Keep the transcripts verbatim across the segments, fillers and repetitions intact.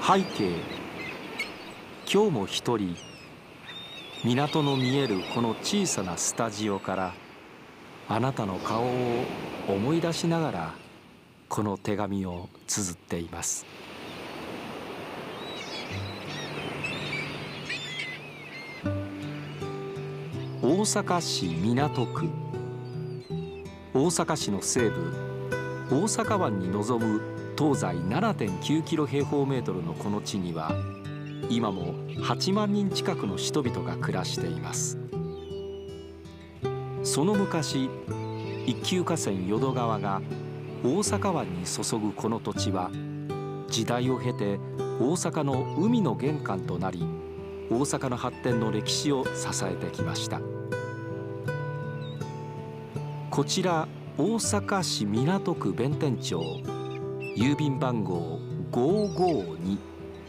背景、今日も一人港の見えるこの小さなスタジオからあなたの顔を思い出しながらこの手紙を綴っています。大阪市港区。大阪市の西部大阪湾に臨む東西 ななてんきゅうキロ平方メートルのこの地には今もはちまんにん近くの人々が暮らしています。その昔、一級河川淀川が大阪湾に注ぐこの土地は時代を経て大阪の海の玄関となり、大阪の発展の歴史を支えてきました。こちら大阪市港区弁天町、郵便番号ごーごーに。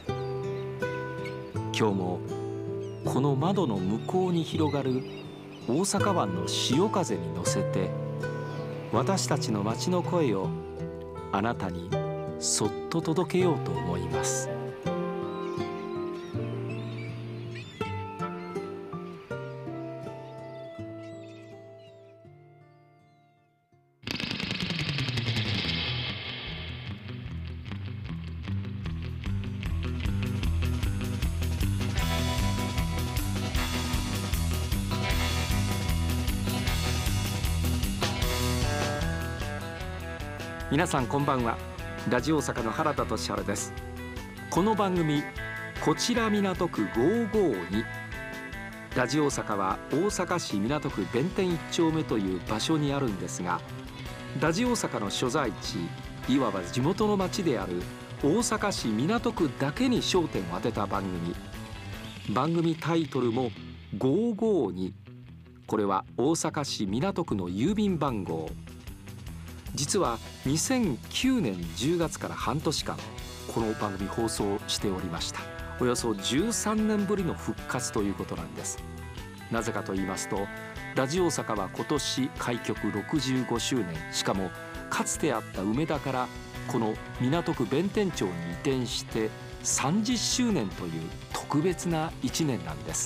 今日もこの窓の向こうに広がる大阪湾の潮風に乗せて、私たちの街の声をあなたにそっと届けようと思います。皆さんこんばんは。ラジオ大阪の原田俊晴です。この番組こちら港区ごーごーに。ラジオ大阪は大阪市港区弁天一丁目という場所にあるんですが、ラジオ大阪の所在地、いわば地元の町である大阪市港区だけに焦点を当てた番組。番組タイトルもごーごーに。これは大阪市港区の郵便番号。実はにせんきゅうねんじゅうがつから半年間この番組放送しておりました。およそじゅうさんねんぶりの復活ということなんです。なぜかと言いますと、ラジオ大阪は今年開局ろくじゅうごしゅうねん、しかもかつてあった梅田からこの港区弁天町に移転してさんじゅっしゅうねんという特別ないちねんなんです。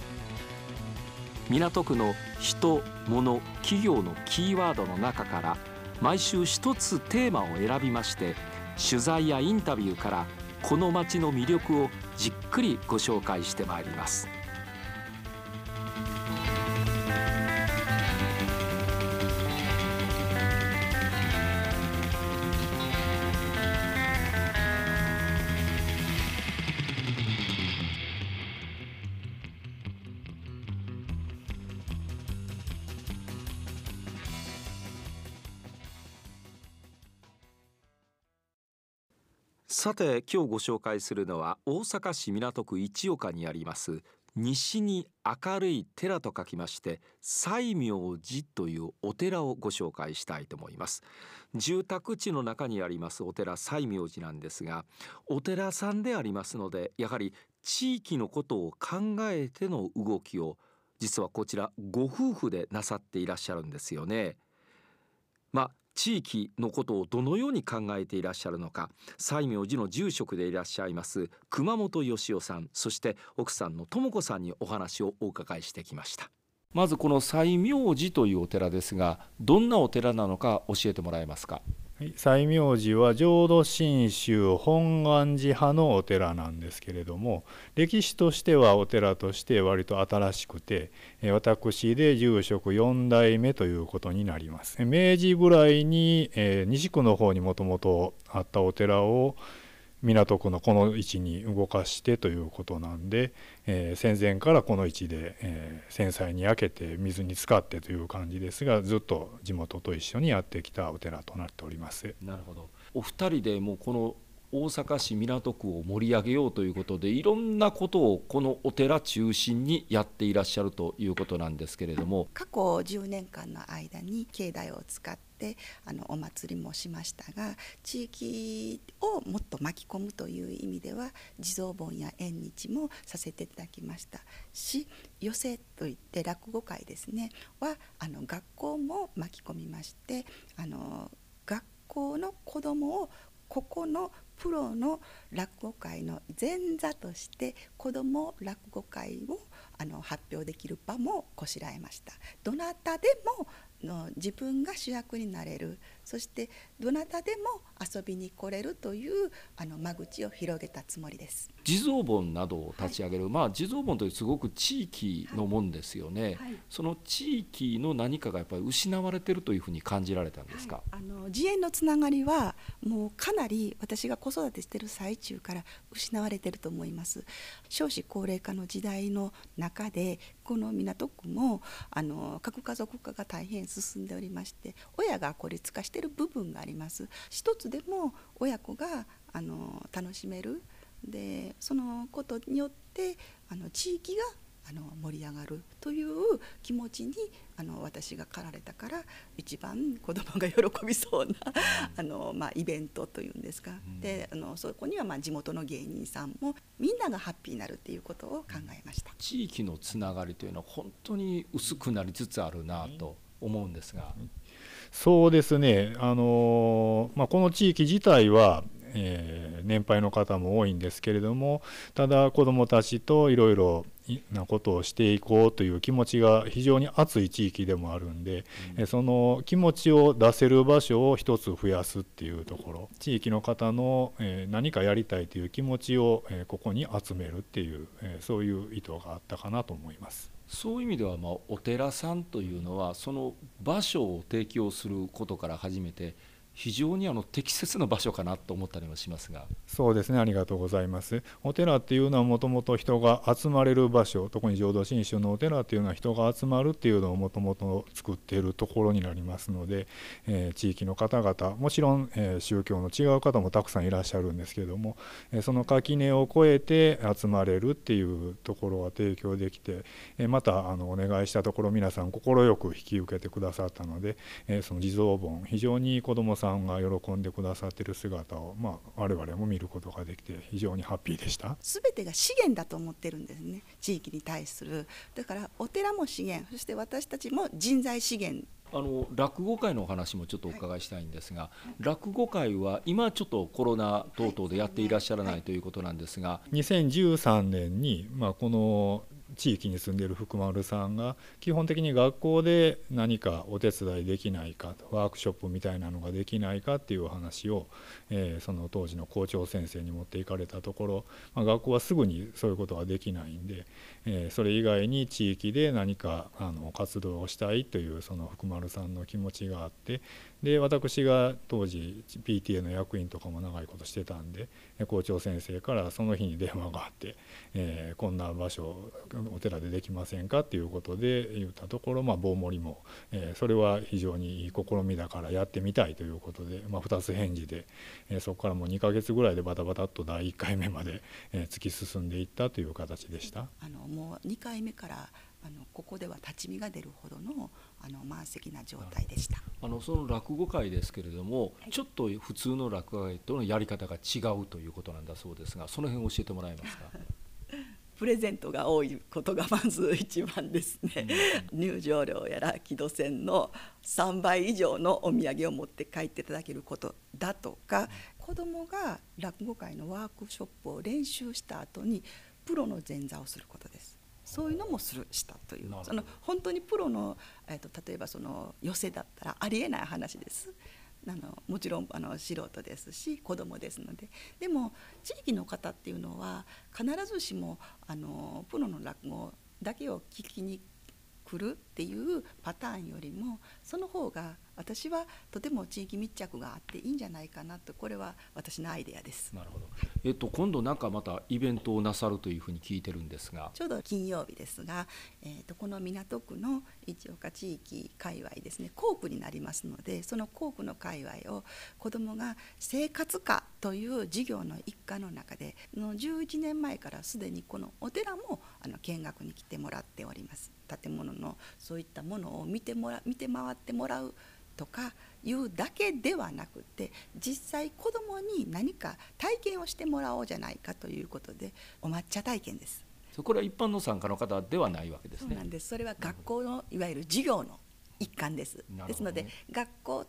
港区の人、物、企業のキーワードの中から毎週一つテーマを選びまして、取材やインタビューからこの街の魅力をじっくりご紹介してまいります。さて今日ご紹介するのは大阪市港区一岡にあります西に明るい寺と書きまして西明寺というお寺をご紹介したいと思います。住宅地の中にありますお寺西明寺なんですが、お寺さんでありますのでやはり地域のことを考えての動きを実はこちらご夫婦でなさっていらっしゃるんですよね。まあ地域のことをどのように考えていらっしゃるのか、西明寺の住職でいらっしゃいます熊本義雄さん、そして奥さんの智子さんにお話をお伺いしてきました。まずこの西明寺というお寺ですが、どんなお寺なのか教えてもらえますか。 西明寺は浄土真宗本願寺派のお寺なんですけれども、歴史としてはお寺として割と新しくて、私で住職よんだいめということになります。明治ぐらいに、えー、西区の方にもともとあったお寺を港区のこの位置に動かしてということなんで、えー、戦前からこの位置で、えー、繊細に焼けて水に浸かってという感じですが、ずっと地元と一緒にやってきたお寺となっております。 なるほど。お二人でもうこの大阪市港区を盛り上げようということでいろんなことをこのお寺中心にやっていらっしゃるということなんですけれども、 過去じゅうねんかんの間に境内を使ってあのお祭りもしましたが、地域をもっと巻き込むという意味では地蔵盆や縁日もさせていただきましたし、寄席といって落語会ですねはあの学校も巻き込みまして、あの学校の子どもをここのプロの落語会の前座として子ども落語会をあの発表できる場もこしらえました。どなたでもの自分が主役になれる、そしてどなたでも遊びに来れるというあの間口を広げたつもりです。 地蔵盆などを立ち上げる、はい、まあ地蔵盆というすごく地域のもんですよね、はいはい、その地域の何かがやっぱり失われているというふうに感じられたんですか。はい、 あの慈縁のつながりはもうかなり私が子育てしている最中から失われていると思います。少子高齢化の時代の中でこの港区もあの核家族化が大変進んでおりまして、親が孤立化している部分があります。一つでも親子があの楽しめる、でそのことによってあの地域があの盛り上がるという気持ちにあの私が駆られたから、一番子どもが喜びそうなあの、まあ、イベントというんですか、うん、であのそこにはまあ地元の芸人さんもみんながハッピーになるということを考えました。 地域のつながりというのは本当に薄くなりつつあるなと思うんですが。 そうですね、あの、まあ、この地域自体はえー、年配の方も多いんですけれども、ただ子どもたちといろいろなことをしていこうという気持ちが非常に熱い地域でもあるんで、うん、その気持ちを出せる場所を一つ増やすっていうところ、地域の方の、えー、何かやりたいという気持ちを、えー、ここに集めるっていう、えー、そういう意図があったかなと思います。 そういう意味では、まあ、お寺さんというのはその場所を提供することから始めて非常にあの適切な場所かなと思ったりもしますが。 そうですね、ありがとうございます。お寺っていうのはもともと人が集まれる場所、特に浄土真宗のお寺っていうのは人が集まるっていうのをもともと作っているところになりますので、えー、地域の方々もちろん、えー、宗教の違う方もたくさんいらっしゃるんですけれども、えー、その垣根を越えて集まれるっていうところは提供できて、えー、またあのお願いしたところ皆さん快く引き受けてくださったので、えー、その地蔵盆非常に子どもさんが喜んでくださっている姿を、まあ、我々も見ることができて非常にハッピーでした。 全てが資源だと思ってるんですね、地域に対する。だからお寺も資源、そして私たちも人材資源。 あの落語会のお話もちょっとお伺いしたいんですが、はい、落語会は今ちょっとコロナ等々でやっていらっしゃらないということなんですが、 にせんじゅうさんねんに、まあ、この地域に住んでいる福丸さんが基本的に学校で何かお手伝いできないか、ワークショップみたいなのができないかっていう話を、えー、その当時の校長先生に持っていかれたところ、まあ、学校はすぐにそういうことができないんで、えー、それ以外に地域で何かあの活動をしたいというその福丸さんの気持ちがあって、で私が当時 ピーティーエー の役員とかも長いことしてたんで、校長先生からその日に電話があって、えー、こんな場所お寺でできませんかっていうことで言ったところ、まあ、棒盛も、えー、それは非常にいい試みだからやってみたいということで、まあ、ふたつ返事で、えー、そこからもうにかげつぐらいでバタバタっとだいいっかいめまで、えー、突き進んでいったという形でした。 あのもうにかいめからあのここでは立ち見が出るほどのあの満席な状態でした。 あのその落語会ですけれども、はい、ちょっと普通の落語会とのやり方が違うということなんだそうですが、その辺を教えてもらえますか。 プレゼントが多いことがまず一番ですね、うん、入場料やら木戸線のさんばい以上のお土産を持って帰っていただけることだとか、うん、子どもが落語会のワークショップを練習した後にプロの前座をすることです。そういうのもするしたという、その本当にプロの、えー、と例えばその寄席だったらありえない話です。あのもちろんあの素人ですし子どもですので、でも地域の方っていうのは必ずしもあのプロの落語だけを聞きに来るっていうパターンよりも、その方が私はとても地域密着があっていいんじゃないかなと、これは私のアイデアです。 なるほど。えっと、今度なんかまたイベントをなさるというふうに聞いてるんですが、 ちょうど金曜日ですが、えー、とこの港区の市岡地域界隈ですね、校区になりますので、その校区の界隈を子どもが生活科という事業の一環の中でのじゅういちねんまえからすでにこのお寺もあの見学に来てもらっております。建物のそういったものを見てもら見て回ってもらうとかいうだけではなくて、実際子どもに何か体験をしてもらおうじゃないかということで、お抹茶体験です。 これは一般の参加の方ではないわけですね。 そうなんです。それは学校のいわゆる授業の一環です。ですので学校と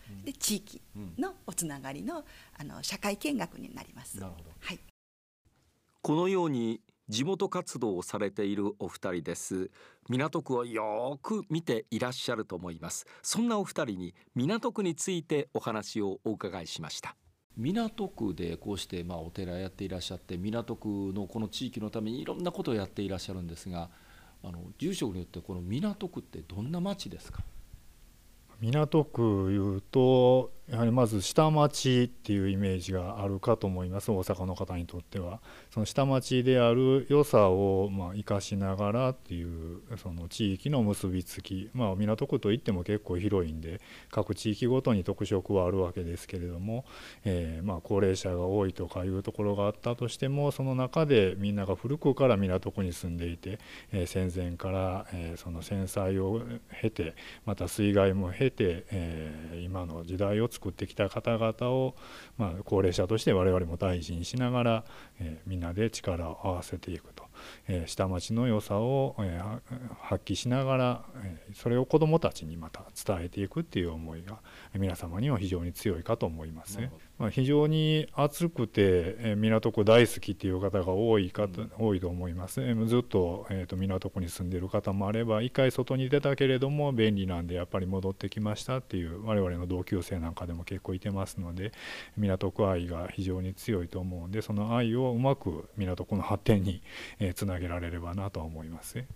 で地域のおつながりの、あの社会見学になります。 なるほど。 はい、 このように地元活動をされているお二人です。港区をよく見ていらっしゃると思います。そんなお二人に港区についてお話をお伺いしました。港区でこうしてまあお寺やっていらっしゃって、港区のこの地域のためにいろんなことをやっていらっしゃるんですが、あの住職によってこの港区ってどんな町ですか？ 港区いうとやはりまず下町っていうイメージがあるかと思います。大阪の方にとってはその下町である良さをまあ生かしながらっていうその地域の結びつき、まあ、港区といっても結構広いんで各地域ごとに特色はあるわけですけれども、えー、まあ高齢者が多いとかいうところがあったとしても、その中でみんなが古くから港区に住んでいて、えー、戦前から、えー、その戦災を経てまた水害も経て、えー、今の時代を作ってきた方々を、まあ、高齢者として我々も大事にしながら、えー、みんなで力を合わせていくと、えー、下町の良さを、えー、発揮しながら、えー、それを子どもたちにまた伝えていくっていう思いが皆様には非常に強いかと思いますね。まあ、非常に暑くて、えー、港区大好きっていう方が多い方、うん、多いと思います、えー、ずっと、えー、と港区に住んでいる方もあれば、一回外に出たけれども便利なんでやっぱり戻ってきましたっていう我々の同級生なんかでも結構いてますので、港区愛が非常に強いと思うんで、その愛をうまく港区の発展に、えー、つなげられればなと思いますね。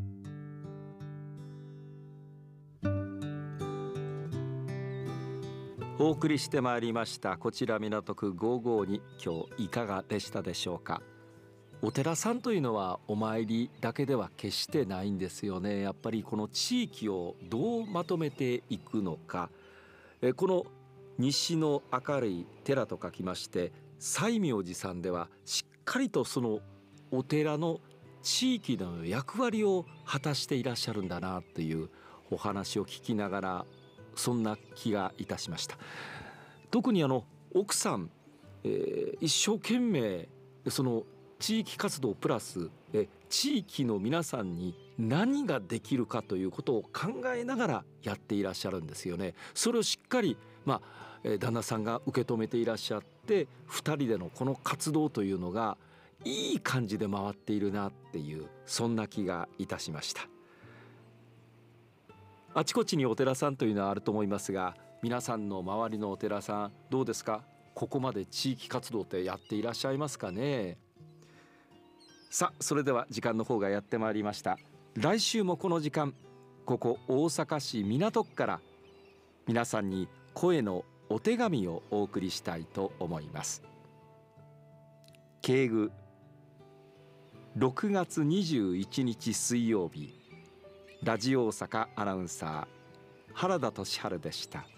お送りしてまいりましたこちら港区ごーごーに、今日いかがでしたでしょうか。お寺さんというのはお参りだけでは決してないんですよね。やっぱりこの地域をどうまとめていくのか、えこの西の明るい寺と書きまして西明寺さんではしっかりとそのお寺の地域の役割を果たしていらっしゃるんだなというお話を聞きながら、そんな気がいたしました。特にあの奥さん、えー、一生懸命その地域活動プラスえ地域の皆さんに何ができるかということを考えながらやっていらっしゃるんですよね。それをしっかり、まあ、え旦那さんが受け止めていらっしゃって、ふたりでのこの活動というのがいい感じで回っているなっていう、そんな気がいたしました。あちこちにお寺さんというのはあると思いますが、皆さんの周りのお寺さんどうですか？ここまで地域活動ってやっていらっしゃいますかね。さあ、それでは時間の方がやってまいりました。来週もこの時間、ここ大阪市港区から皆さんに声のお手紙をお送りしたいと思います。敬具ろくがつにじゅういちにち水曜日、ラジオ大阪アナウンサー原田俊治でした。